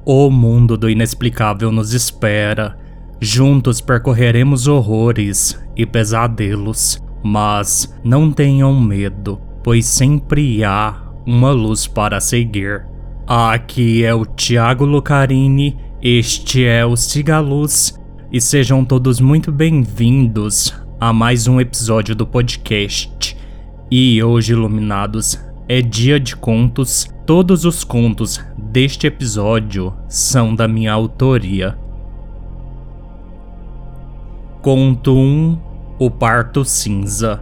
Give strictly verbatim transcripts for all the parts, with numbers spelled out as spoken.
O mundo do inexplicável nos espera. Juntos percorreremos horrores e pesadelos. Mas não tenham medo, pois sempre há uma luz para seguir. Aqui é o Thiago Lucarini, este é o Siga a Luz, e sejam todos muito bem-vindos a mais um episódio do podcast. E hoje, iluminados, é dia de contos. Todos os contos deste episódio são da minha autoria. Conto um: O Parto Cinza.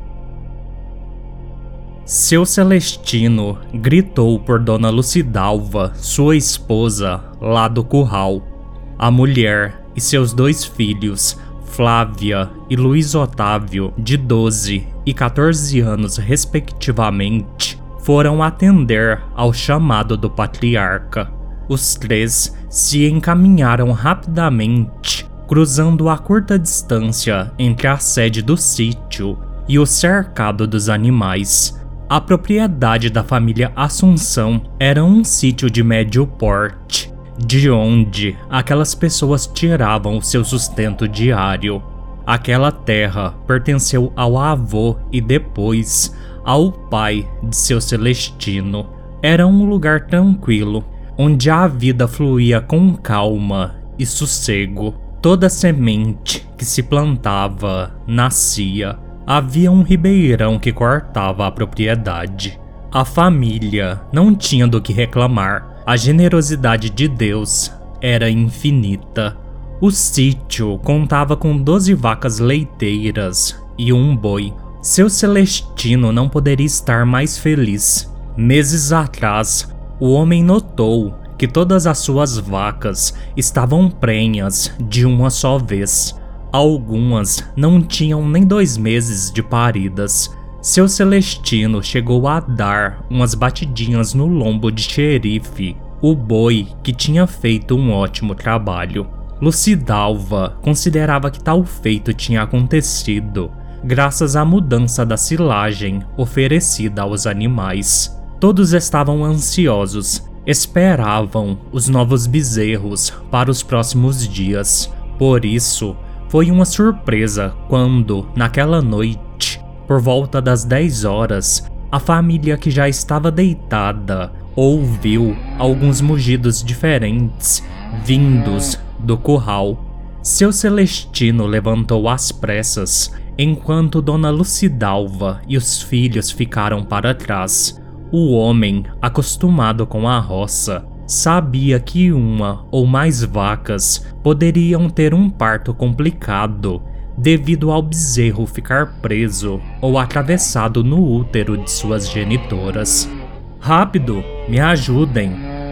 Seu Celestino gritou por Dona Lucidalva, sua esposa, lá do curral. A mulher e seus dois filhos, Flávia e Luiz Otávio, de doze e quatorze anos respectivamente, foram atender ao chamado do patriarca. Os três se encaminharam rapidamente, cruzando a curta distância entre a sede do sítio e o cercado dos animais. A propriedade da família Assunção era um sítio de médio porte, de onde aquelas pessoas tiravam o seu sustento diário. Aquela terra pertenceu ao avô e depois ao pai de seu Celestino. Era um lugar tranquilo, onde a vida fluía com calma e sossego. Toda semente que se plantava nascia. Havia um ribeirão que cortava a propriedade. A família não tinha do que reclamar. A generosidade de Deus era infinita. O sítio contava com doze vacas leiteiras e um boi. Seu Celestino não poderia estar mais feliz. Meses atrás, o homem notou que todas as suas vacas estavam prenhas de uma só vez. Algumas não tinham nem dois meses de paridas. Seu Celestino chegou a dar umas batidinhas no lombo de Xerife, o boi que tinha feito um ótimo trabalho. Lucidalva considerava que tal feito tinha acontecido graças à mudança da silagem oferecida aos animais. Todos estavam ansiosos, esperavam os novos bezerros para os próximos dias. Por isso, foi uma surpresa quando, naquela noite, por volta das dez horas, a família que já estava deitada ouviu alguns mugidos diferentes vindos do curral. Seu Celestino levantou às pressas, enquanto Dona Lucidalva e os filhos ficaram para trás. O homem, acostumado com a roça, sabia que uma ou mais vacas poderiam ter um parto complicado devido ao bezerro ficar preso ou atravessado no útero de suas genitoras. "Rápido, me ajudem!"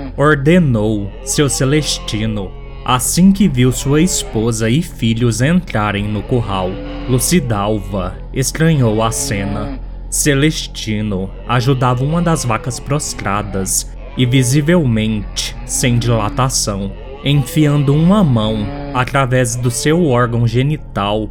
ordenou seu Celestino, assim que viu sua esposa e filhos entrarem no curral. Lucidalva estranhou a cena. Celestino ajudava uma das vacas prostradas e visivelmente sem dilatação, enfiando uma mão através do seu órgão genital,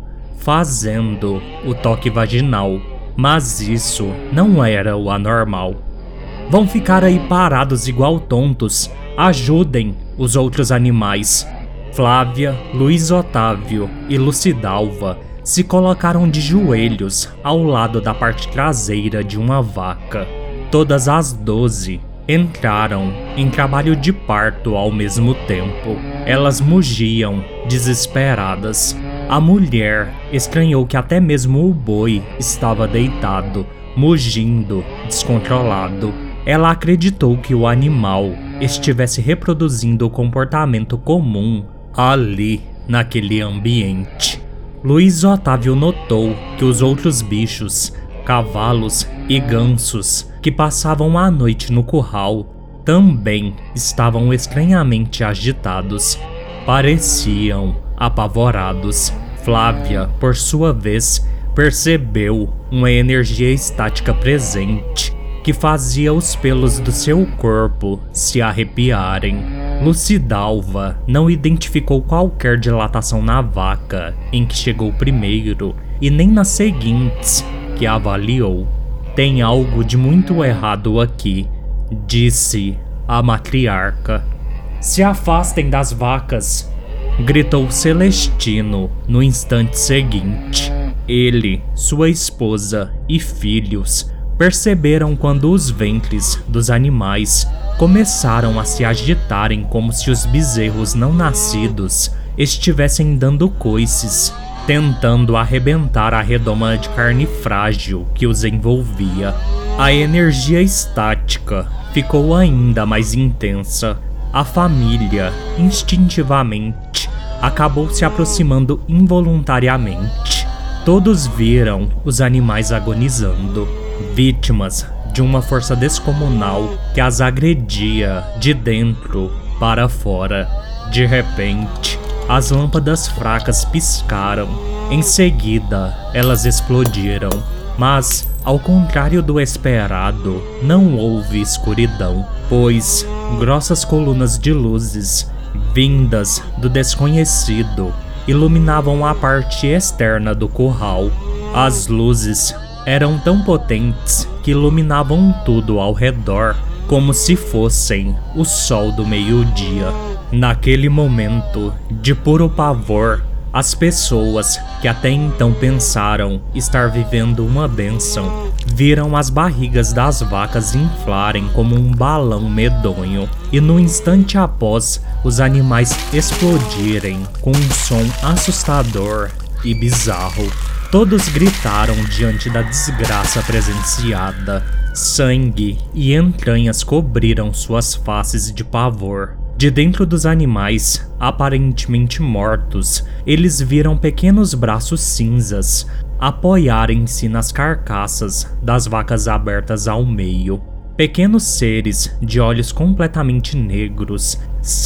fazendo o toque vaginal. Mas isso não era o anormal. "Vão ficar aí parados igual tontos. Ajudem os outros animais." Flávia, Luiz Otávio e Lucidalva se colocaram de joelhos ao lado da parte traseira de uma vaca. Todas as doze entraram em trabalho de parto ao mesmo tempo. Elas mugiam, desesperadas. A mulher estranhou que até mesmo o boi estava deitado, mugindo, descontrolado. Ela acreditou que o animal estivesse reproduzindo o comportamento comum ali, naquele ambiente. Luiz Otávio notou que os outros bichos, cavalos e gansos que passavam a noite no curral também estavam estranhamente agitados. Pareciam apavorados. Flávia, por sua vez, percebeu uma energia estática presente que fazia os pelos do seu corpo se arrepiarem. Lucidalva não identificou qualquer dilatação na vaca em que chegou primeiro e nem nas seguintes que avaliou. "Tem algo de muito errado aqui", disse a matriarca. Se afastem das vacas! Gritou Celestino no instante seguinte. Ele, sua esposa e filhos perceberam quando os ventres dos animais começaram a se agitarem como se os bezerros não nascidos estivessem dando coices, tentando arrebentar a redoma de carne frágil que os envolvia. A energia estática ficou ainda mais intensa. A família, instintivamente, acabou se aproximando involuntariamente. Todos viram os animais agonizando, vítimas de uma força descomunal que as agredia de dentro para fora. De repente, as lâmpadas fracas piscaram. Em seguida, elas explodiram. Mas, ao contrário do esperado, não houve escuridão, pois grossas colunas de luzes, vindas do desconhecido, iluminavam a parte externa do curral. As luzes eram tão potentes que iluminavam tudo ao redor, como se fossem o sol do meio-dia. Naquele momento de puro pavor, as pessoas que até então pensaram estar vivendo uma bênção viram as barrigas das vacas inflarem como um balão medonho, e no instante após, os animais explodirem com um som assustador e bizarro. Todos gritaram diante da desgraça presenciada. Sangue e entranhas cobriram suas faces de pavor. De dentro dos animais, aparentemente mortos, eles viram pequenos braços cinzas apoiarem-se nas carcaças das vacas abertas ao meio. Pequenos seres de olhos completamente negros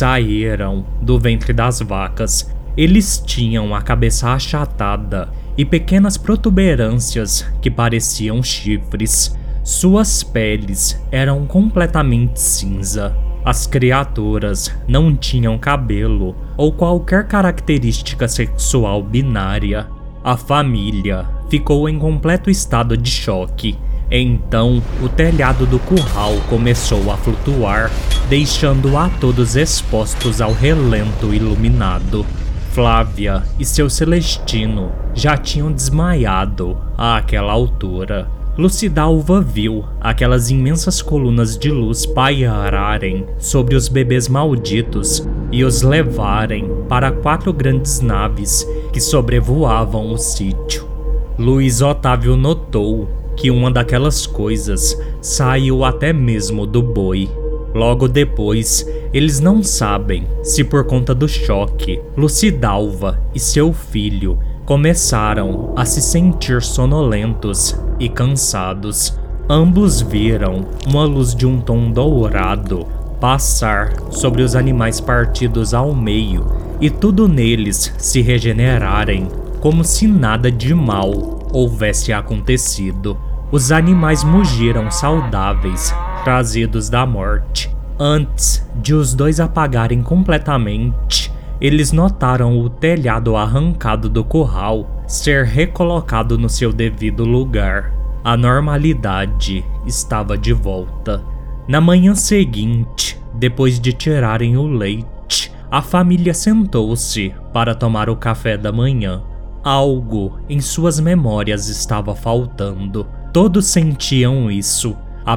saíram do ventre das vacas. Eles tinham a cabeça achatada e pequenas protuberâncias que pareciam chifres. Suas peles eram completamente cinza. As criaturas não tinham cabelo ou qualquer característica sexual binária. A família ficou em completo estado de choque. Então, o telhado do curral começou a flutuar, deixando a todos expostos ao relento iluminado. Flávia e seu Celestino já tinham desmaiado àquela altura. Lucidalva viu aquelas imensas colunas de luz pairarem sobre os bebês malditos e os levarem para quatro grandes naves que sobrevoavam o sítio. Luiz Otávio notou que uma daquelas coisas saiu até mesmo do boi. Logo depois, eles não sabem se por conta do choque, Lucidalva e seu filho começaram a se sentir sonolentos e cansados. Ambos viram uma luz de um tom dourado passar sobre os animais partidos ao meio e tudo neles se regenerarem, como se nada de mal houvesse acontecido. Os animais mugiram saudáveis, trazidos da morte. Antes de os dois apagarem completamente, eles notaram o telhado arrancado do curral ser recolocado no seu devido lugar. A normalidade estava de volta. Na manhã seguinte, depois de tirarem o leite, a família sentou-se para tomar o café da manhã. Algo em suas memórias estava faltando. Todos sentiam isso,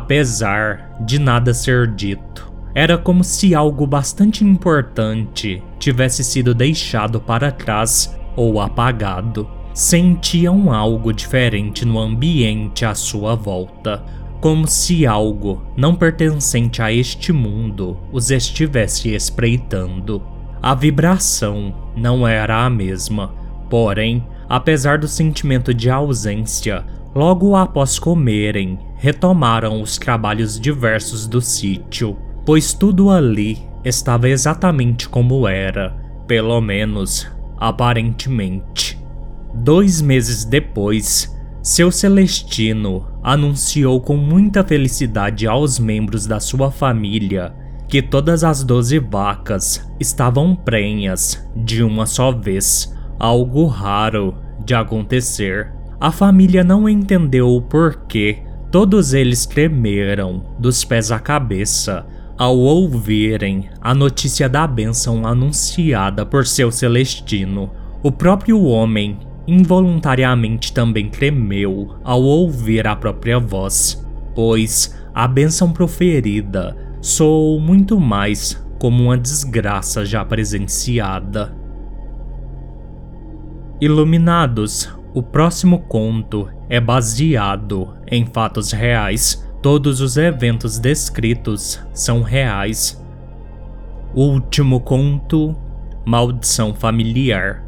apesar de nada ser dito. Era como se algo bastante importante tivesse sido deixado para trás ou apagado. Sentiam algo diferente no ambiente à sua volta, como se algo não pertencente a este mundo os estivesse espreitando. A vibração não era a mesma, porém, apesar do sentimento de ausência, logo após comerem, retomaram os trabalhos diversos do sítio, pois tudo ali estava exatamente como era, pelo menos aparentemente. Dois meses depois, seu Celestino anunciou com muita felicidade aos membros da sua família que todas as doze vacas estavam prenhas de uma só vez, algo raro de acontecer. A família não entendeu o porquê. Todos eles tremeram dos pés à cabeça Ao ouvirem a notícia da bênção anunciada por seu Celestino, o próprio homem involuntariamente também tremeu ao ouvir a própria voz, pois a bênção proferida soou muito mais como uma desgraça já presenciada. Iluminados, o próximo conto é baseado em fatos reais. Todos os eventos descritos são reais. O último conto, Maldição Familiar.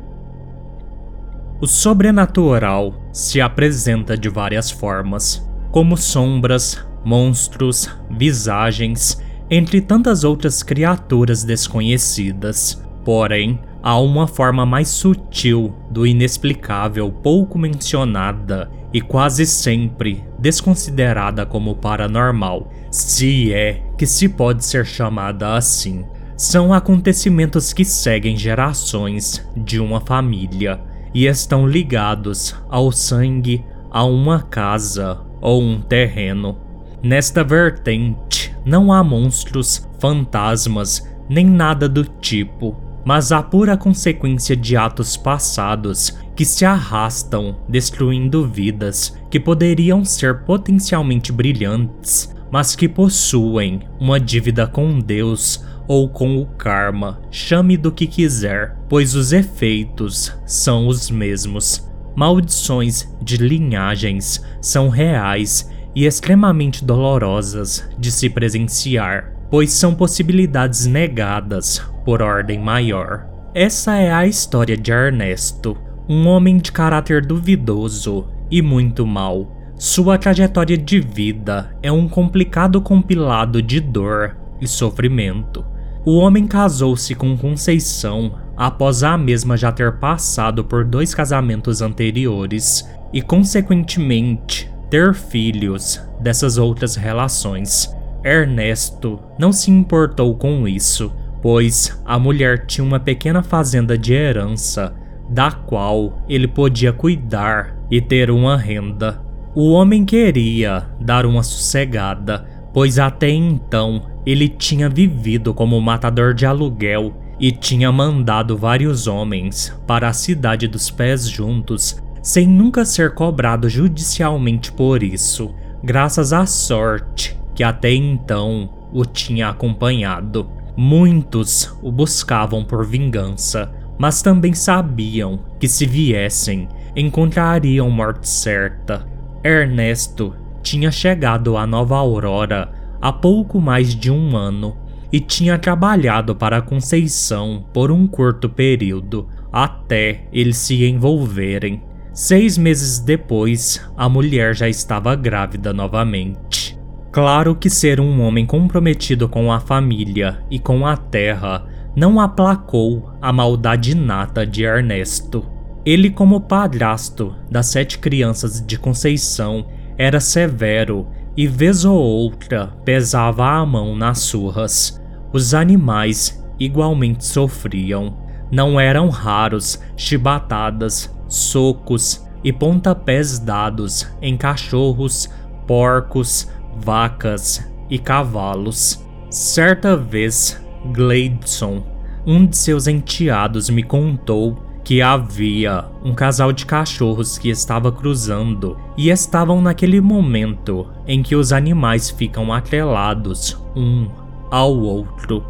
O sobrenatural se apresenta de várias formas, como sombras, monstros, visagens, entre tantas outras criaturas desconhecidas. Porém, há uma forma mais sutil do inexplicável pouco mencionada e quase sempre desconsiderada como paranormal, se é que se pode ser chamada assim. São acontecimentos que seguem gerações de uma família e estão ligados ao sangue, a uma casa ou um terreno. Nesta vertente, não há monstros, fantasmas, nem nada do tipo, mas a pura consequência de atos passados que se arrastam, destruindo vidas que poderiam ser potencialmente brilhantes, mas que possuem uma dívida com Deus ou com o karma, chame do que quiser, pois os efeitos são os mesmos. Maldições de linhagens são reais e extremamente dolorosas de se presenciar, pois são possibilidades negadas por ordem maior. Essa é a história de Ernesto, um homem de caráter duvidoso e muito mau. Sua trajetória de vida é um complicado compilado de dor e sofrimento. O homem casou-se com Conceição após a mesma já ter passado por dois casamentos anteriores e, consequentemente, ter filhos dessas outras relações. Ernesto não se importou com isso, pois a mulher tinha uma pequena fazenda de herança, da qual ele podia cuidar e ter uma renda. O homem queria dar uma sossegada, pois até então ele tinha vivido como matador de aluguel e tinha mandado vários homens para a cidade dos Pés Juntos, sem nunca ser cobrado judicialmente por isso, graças à sorte que até então o tinha acompanhado. Muitos o buscavam por vingança, mas também sabiam que se viessem, encontrariam morte certa. Ernesto tinha chegado a Nova Aurora há pouco mais de um ano e tinha trabalhado para Conceição por um curto período, até eles se envolverem. Seis meses depois, a mulher já estava grávida novamente. Claro que ser um homem comprometido com a família e com a terra não aplacou a maldade inata de Ernesto. Ele, como padrasto das sete crianças de Conceição, era severo e vez ou outra pesava a mão nas surras. Os animais igualmente sofriam. Não eram raros chibatadas, socos e pontapés dados em cachorros, porcos, vacas e cavalos. Certa vez, Gleidson, um de seus enteados, me contou que havia um casal de cachorros que estava cruzando e estavam naquele momento em que os animais ficam atrelados um ao outro.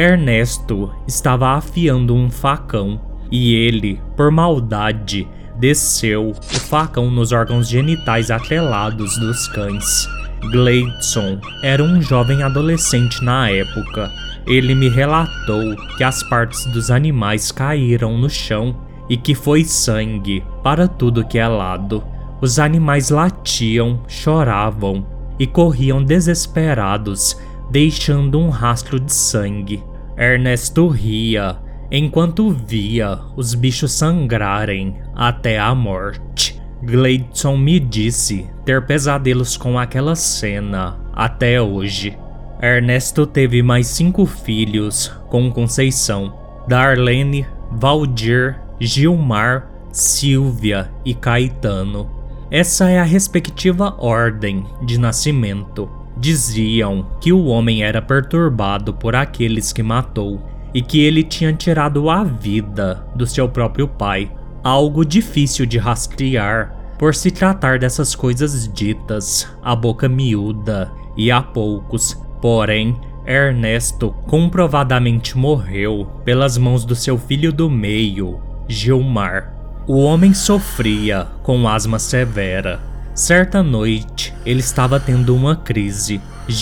Ernesto estava afiando um facão e ele, por maldade, desceu o facão nos órgãos genitais atrelados dos cães. Gleidson era um jovem adolescente na época. Ele me relatou que as partes dos animais caíram no chão e que foi sangue para tudo que é lado. Os animais latiam, choravam e corriam desesperados, deixando um rastro de sangue. Ernesto ria enquanto via os bichos sangrarem até a morte. Gleidson me disse ter pesadelos com aquela cena até hoje. Ernesto teve mais cinco filhos com Conceição: Darlene, Valdir, Gilmar, Silvia e Caetano. Essa é a respectiva ordem de nascimento. Diziam que o homem era perturbado por aqueles que matou e que ele tinha tirado a vida do seu próprio pai, algo difícil de rastrear por se tratar dessas coisas ditas a boca miúda e a poucos. Porém, Ernesto comprovadamente morreu pelas mãos do seu filho do meio, Gilmar. O homem sofria com asma severa. Certa noite, ele estava tendo uma crise.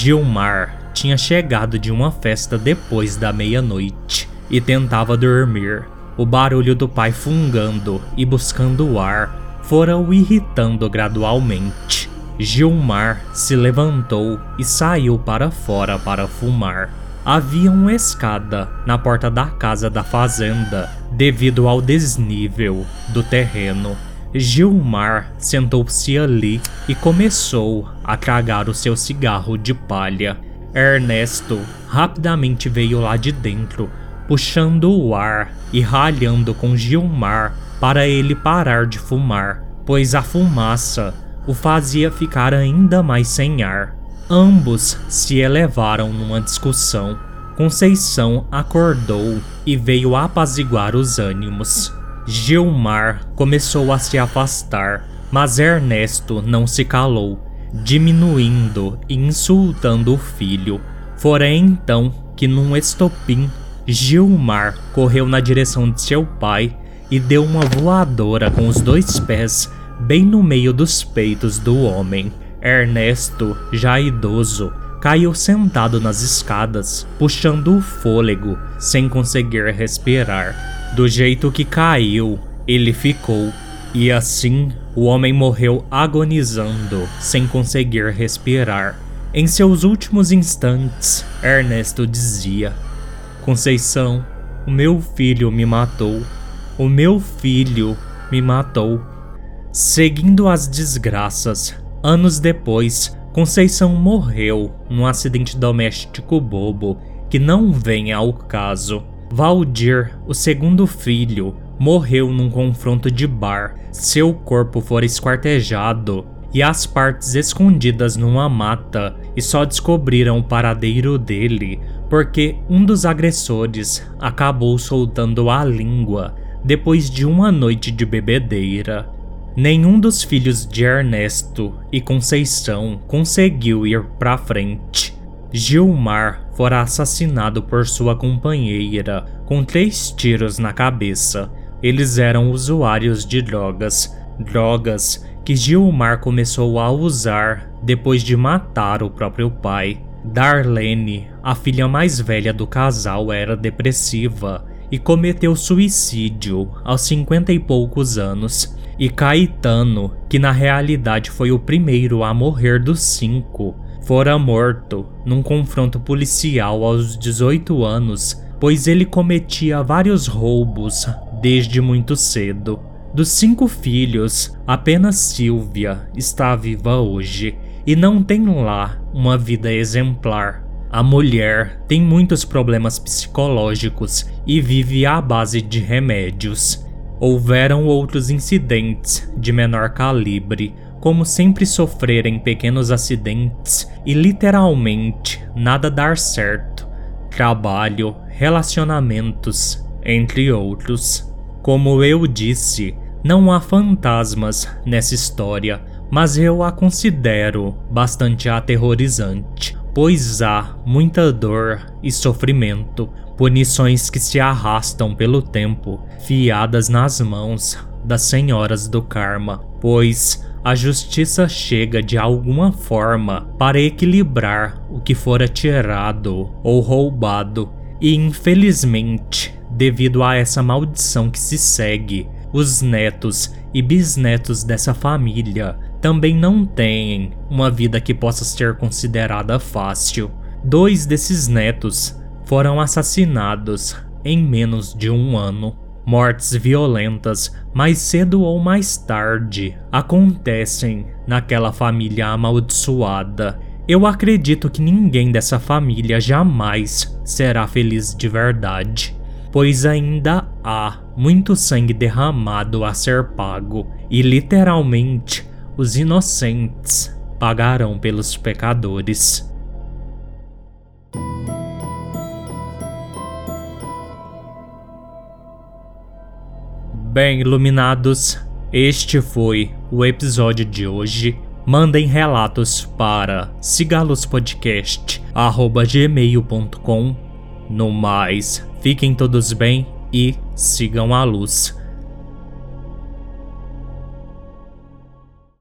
Gilmar tinha chegado de uma festa depois da meia-noite e tentava dormir. O barulho do pai fungando e buscando ar fora o irritando gradualmente. Gilmar se levantou e saiu para fora para fumar. Havia uma escada na porta da casa da fazenda devido ao desnível do terreno. Gilmar sentou-se ali e começou a tragar o seu cigarro de palha. Ernesto rapidamente veio lá de dentro, puxando o ar e ralhando com Gilmar para ele parar de fumar, pois a fumaça o fazia ficar ainda mais sem ar. Ambos se elevaram numa discussão. Conceição acordou e veio apaziguar os ânimos. Gilmar começou a se afastar, mas Ernesto não se calou, diminuindo e insultando o filho. Fora então que, num estopim, Gilmar correu na direção de seu pai e deu uma voadora com os dois pés bem no meio dos peitos do homem. Ernesto, já idoso, caiu sentado nas escadas, puxando o fôlego, sem conseguir respirar. Do jeito que caiu, ele ficou, e assim o homem morreu agonizando, sem conseguir respirar. Em seus últimos instantes, Ernesto dizia: Conceição, o meu filho me matou. O meu filho me matou. Seguindo as desgraças, anos depois, Conceição morreu num acidente doméstico bobo que não vem ao caso. Valdir, o segundo filho, morreu num confronto de bar. Seu corpo fora esquartejado e as partes escondidas numa mata, e só descobriram o paradeiro dele porque um dos agressores acabou soltando a língua depois de uma noite de bebedeira. Nenhum dos filhos de Ernesto e Conceição conseguiu ir pra frente. Gilmar fora assassinado por sua companheira com três tiros na cabeça. Eles eram usuários de drogas, drogas que Gilmar começou a usar depois de matar o próprio pai. Darlene, a filha mais velha do casal, era depressiva e cometeu suicídio aos cinquenta e poucos anos. E Caetano, que na realidade foi o primeiro a morrer dos cinco, fora morto num confronto policial aos dezoito anos, pois ele cometia vários roubos desde muito cedo. Dos cinco filhos, apenas Silvia está viva hoje e não tem lá uma vida exemplar. A mulher tem muitos problemas psicológicos e vive à base de remédios. Houveram outros incidentes de menor calibre, como sempre sofrerem pequenos acidentes e literalmente nada dar certo. Trabalho, relacionamentos, entre outros. Como eu disse, não há fantasmas nessa história, mas eu a considero bastante aterrorizante, pois há muita dor e sofrimento, punições que se arrastam pelo tempo, fiadas nas mãos das senhoras do karma, pois a justiça chega de alguma forma para equilibrar o que fora tirado ou roubado, e infelizmente, devido a essa maldição que se segue, os netos e bisnetos dessa família também não têm uma vida que possa ser considerada fácil. Dois desses netos foram assassinados em menos de um ano. Mortes violentas, mais cedo ou mais tarde, acontecem naquela família amaldiçoada. Eu acredito que ninguém dessa família jamais será feliz de verdade, pois ainda há muito sangue derramado a ser pago, e literalmente os inocentes pagarão pelos pecadores. Bem, iluminados, este foi o episódio de hoje. Mandem relatos para sigalospodcast arroba gmail ponto com. No mais, fiquem todos bem e sigam a luz.